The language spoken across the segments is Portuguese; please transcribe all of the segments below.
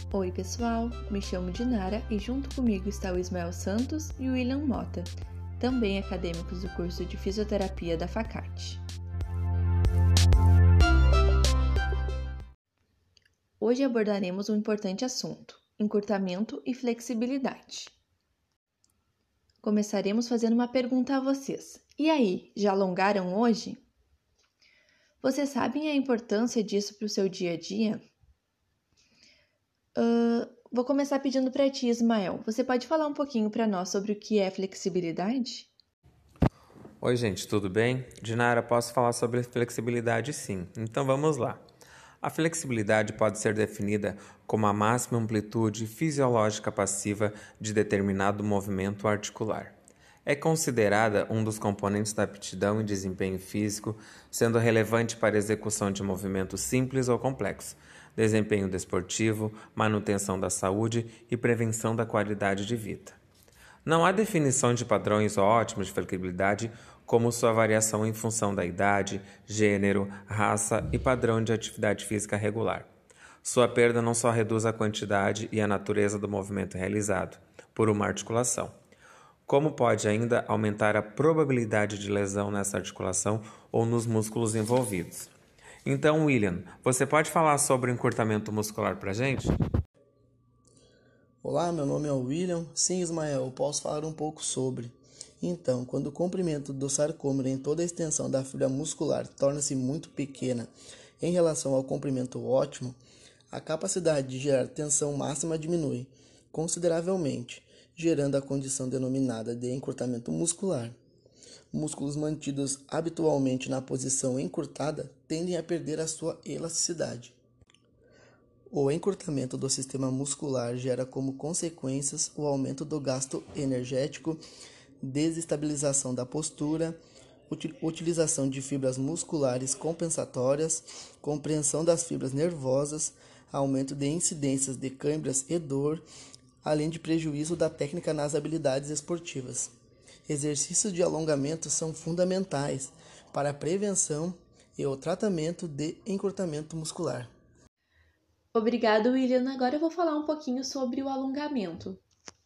Oi pessoal, me chamo Dinara e junto comigo está o Ismael Santos e o William Mota, também acadêmicos do curso de Fisioterapia da Facarte. Hoje abordaremos um importante assunto, encurtamento e flexibilidade. Começaremos fazendo uma pergunta a vocês. E aí, já alongaram hoje? Vocês sabem a importância disso para o seu dia a dia? Vou começar pedindo para ti, Ismael. Você pode falar um pouquinho para nós sobre o que é flexibilidade? Oi, gente, tudo bem? Dinara, posso falar sobre flexibilidade sim. Então vamos lá. A flexibilidade pode ser definida como a máxima amplitude fisiológica passiva de determinado movimento articular. É considerada um dos componentes da aptidão e desempenho físico, sendo relevante para a execução de movimentos simples ou complexos, desempenho desportivo, manutenção da saúde e prevenção da qualidade de vida. Não há definição de padrões ótimos de flexibilidade, como sua variação em função da idade, gênero, raça e padrão de atividade física regular. Sua perda não só reduz a quantidade e a natureza do movimento realizado por uma articulação, como pode ainda aumentar a probabilidade de lesão nessa articulação ou nos músculos envolvidos. Então, William, você pode falar sobre o encurtamento muscular para a gente? Olá, meu nome é William. Sim, Ismael, eu posso falar um pouco sobre. Então, quando o comprimento do sarcômero em toda a extensão da fibra muscular torna-se muito pequena em relação ao comprimento ótimo, a capacidade de gerar tensão máxima diminui consideravelmente, gerando a condição denominada de encurtamento muscular. Músculos mantidos habitualmente na posição encurtada tendem a perder a sua elasticidade. O encurtamento do sistema muscular gera como consequências o aumento do gasto energético, desestabilização da postura, utilização de fibras musculares compensatórias, compreensão das fibras nervosas, aumento de incidências de câimbras e dor, além de prejuízo da técnica nas habilidades esportivas. Exercícios de alongamento são fundamentais para a prevenção e o tratamento de encurtamento muscular. Obrigado, William. Agora eu vou falar um pouquinho sobre o alongamento.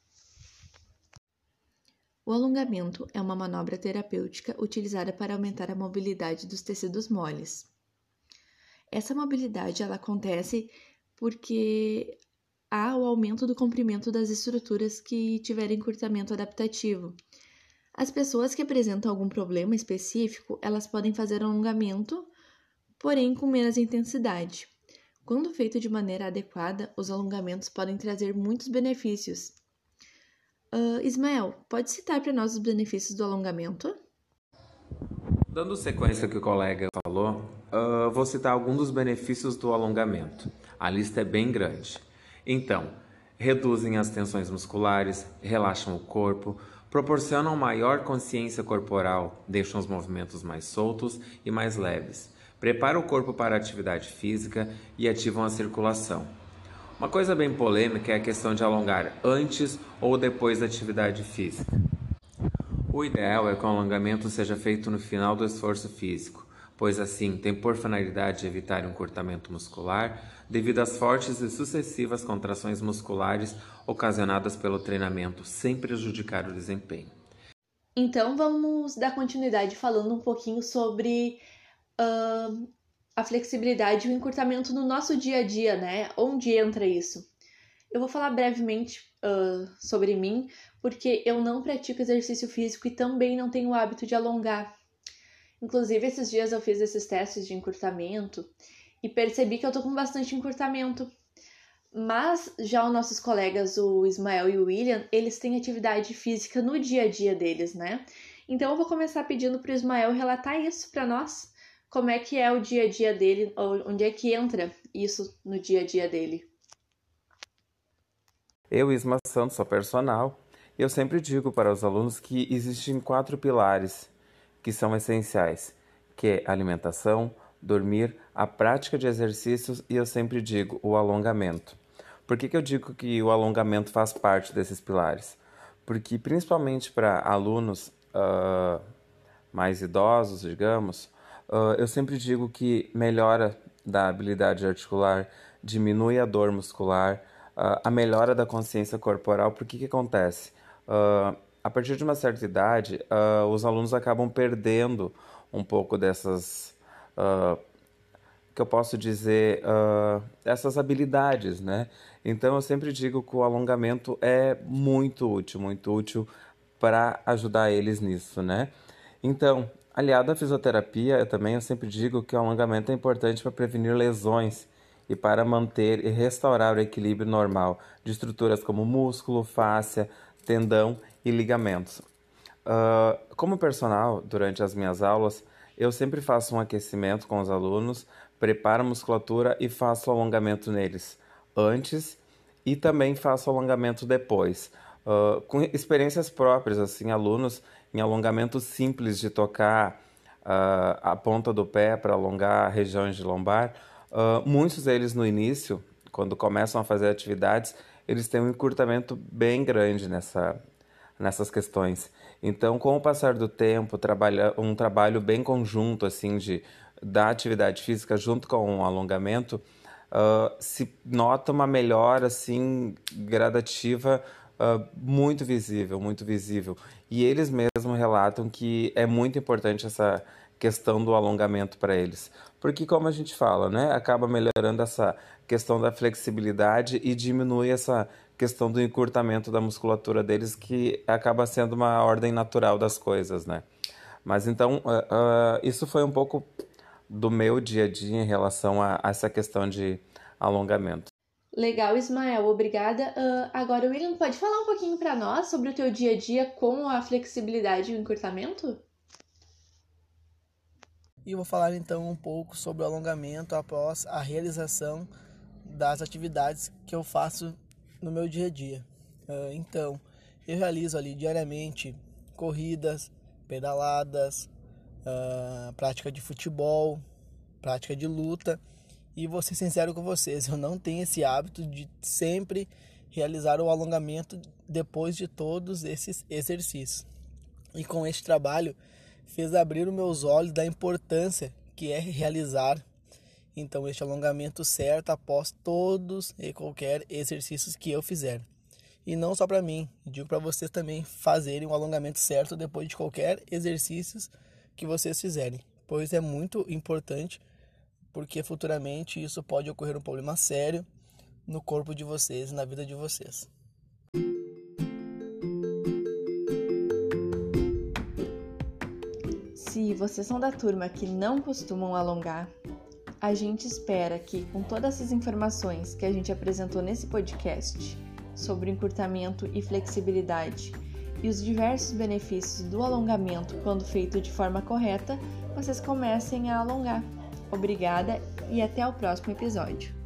O alongamento é uma manobra terapêutica utilizada para aumentar a mobilidade dos tecidos moles. Essa mobilidade ela acontece porque há o aumento do comprimento das estruturas que tiverem encurtamento adaptativo. As pessoas que apresentam algum problema específico, elas podem fazer alongamento, porém com menos intensidade. Quando feito de maneira adequada, os alongamentos podem trazer muitos benefícios. Ismael, pode citar para nós os benefícios do alongamento? Dando sequência ao que o colega falou, vou citar alguns dos benefícios do alongamento. A lista é bem grande. Então, reduzem as tensões musculares, relaxam o corpo, proporcionam maior consciência corporal, deixam os movimentos mais soltos e mais leves, preparam o corpo para a atividade física e ativam a circulação. Uma coisa bem polêmica é a questão de alongar antes ou depois da atividade física. O ideal é que o alongamento seja feito no final do esforço físico, pois assim tem por finalidade evitar um encurtamento muscular devido às fortes e sucessivas contrações musculares ocasionadas pelo treinamento, sem prejudicar o desempenho. Então vamos dar continuidade falando um pouquinho sobre a flexibilidade e o encurtamento no nosso dia a dia, né? Onde entra isso? Eu vou falar brevemente sobre mim, porque eu não pratico exercício físico e também não tenho o hábito de alongar. Inclusive, esses dias eu fiz esses testes de encurtamento e percebi que eu tô com bastante encurtamento. Mas já os nossos colegas, o Ismael e o William, eles têm atividade física no dia a dia deles, né? Então eu vou começar pedindo pro Ismael relatar isso para nós. Como é que é o dia a dia dele, onde é que entra isso no dia a dia dele? Eu, Ismael Santos, sou personal. Eu sempre digo para os alunos que existem 4 pilares que são essenciais, que é alimentação, dormir, a prática de exercícios e eu sempre digo o alongamento. Por que eu digo que o alongamento faz parte desses pilares? Porque principalmente para alunos mais idosos, digamos, eu sempre digo que melhora da habilidade articular, diminui a dor muscular, a melhora da consciência corporal, porque que acontece? A partir de uma certa idade, os alunos acabam perdendo um pouco dessas, que eu posso dizer, essas habilidades, né? Então eu sempre digo que o alongamento é muito útil para ajudar eles nisso, né? Então, aliado à fisioterapia, eu sempre digo que o alongamento é importante para prevenir lesões e para manter e restaurar o equilíbrio normal de estruturas como músculo, fáscia, tendão e ligamentos. Como personal, durante as minhas aulas, eu sempre faço um aquecimento com os alunos, preparo a musculatura e faço alongamento neles antes e também faço alongamento depois. Com experiências próprias, assim, alunos em alongamento simples de tocar a ponta do pé para alongar regiões de lombar. Muitos deles no início, quando começam a fazer atividades, eles têm um encurtamento bem grande nessas questões. Então, com o passar do tempo, um trabalho bem conjunto assim da atividade física junto com o alongamento, se nota uma melhora assim gradativa, muito visível, muito visível. E eles mesmos relatam que é muito importante essa questão do alongamento para eles. Porque, como a gente fala, né, acaba melhorando essa questão da flexibilidade e diminui essa questão do encurtamento da musculatura deles, que acaba sendo uma ordem natural das coisas, né? Mas então, isso foi um pouco do meu dia a dia em relação a essa questão de alongamento. Legal, Ismael, obrigada. Agora, o William, pode falar um pouquinho para nós sobre o teu dia a dia com a flexibilidade e o encurtamento? E vou falar então um pouco sobre o alongamento após a realização das atividades que eu faço no meu dia a dia. Então, eu realizo ali diariamente corridas, pedaladas, prática de futebol, prática de luta. E vou ser sincero com vocês, eu não tenho esse hábito de sempre realizar o alongamento depois de todos esses exercícios. E com este trabalho fez abrir os meus olhos da importância que é realizar então este alongamento certo após todos e qualquer exercícios que eu fizer. E não só para mim, digo para vocês também fazerem o alongamento certo depois de qualquer exercício que vocês fizerem, pois é muito importante, porque futuramente isso pode ocorrer um problema sério no corpo de vocês e na vida de vocês. Se vocês são da turma que não costumam alongar, a gente espera que, com todas essas informações que a gente apresentou nesse podcast sobre encurtamento e flexibilidade e os diversos benefícios do alongamento quando feito de forma correta, vocês comecem a alongar. Obrigada e até o próximo episódio.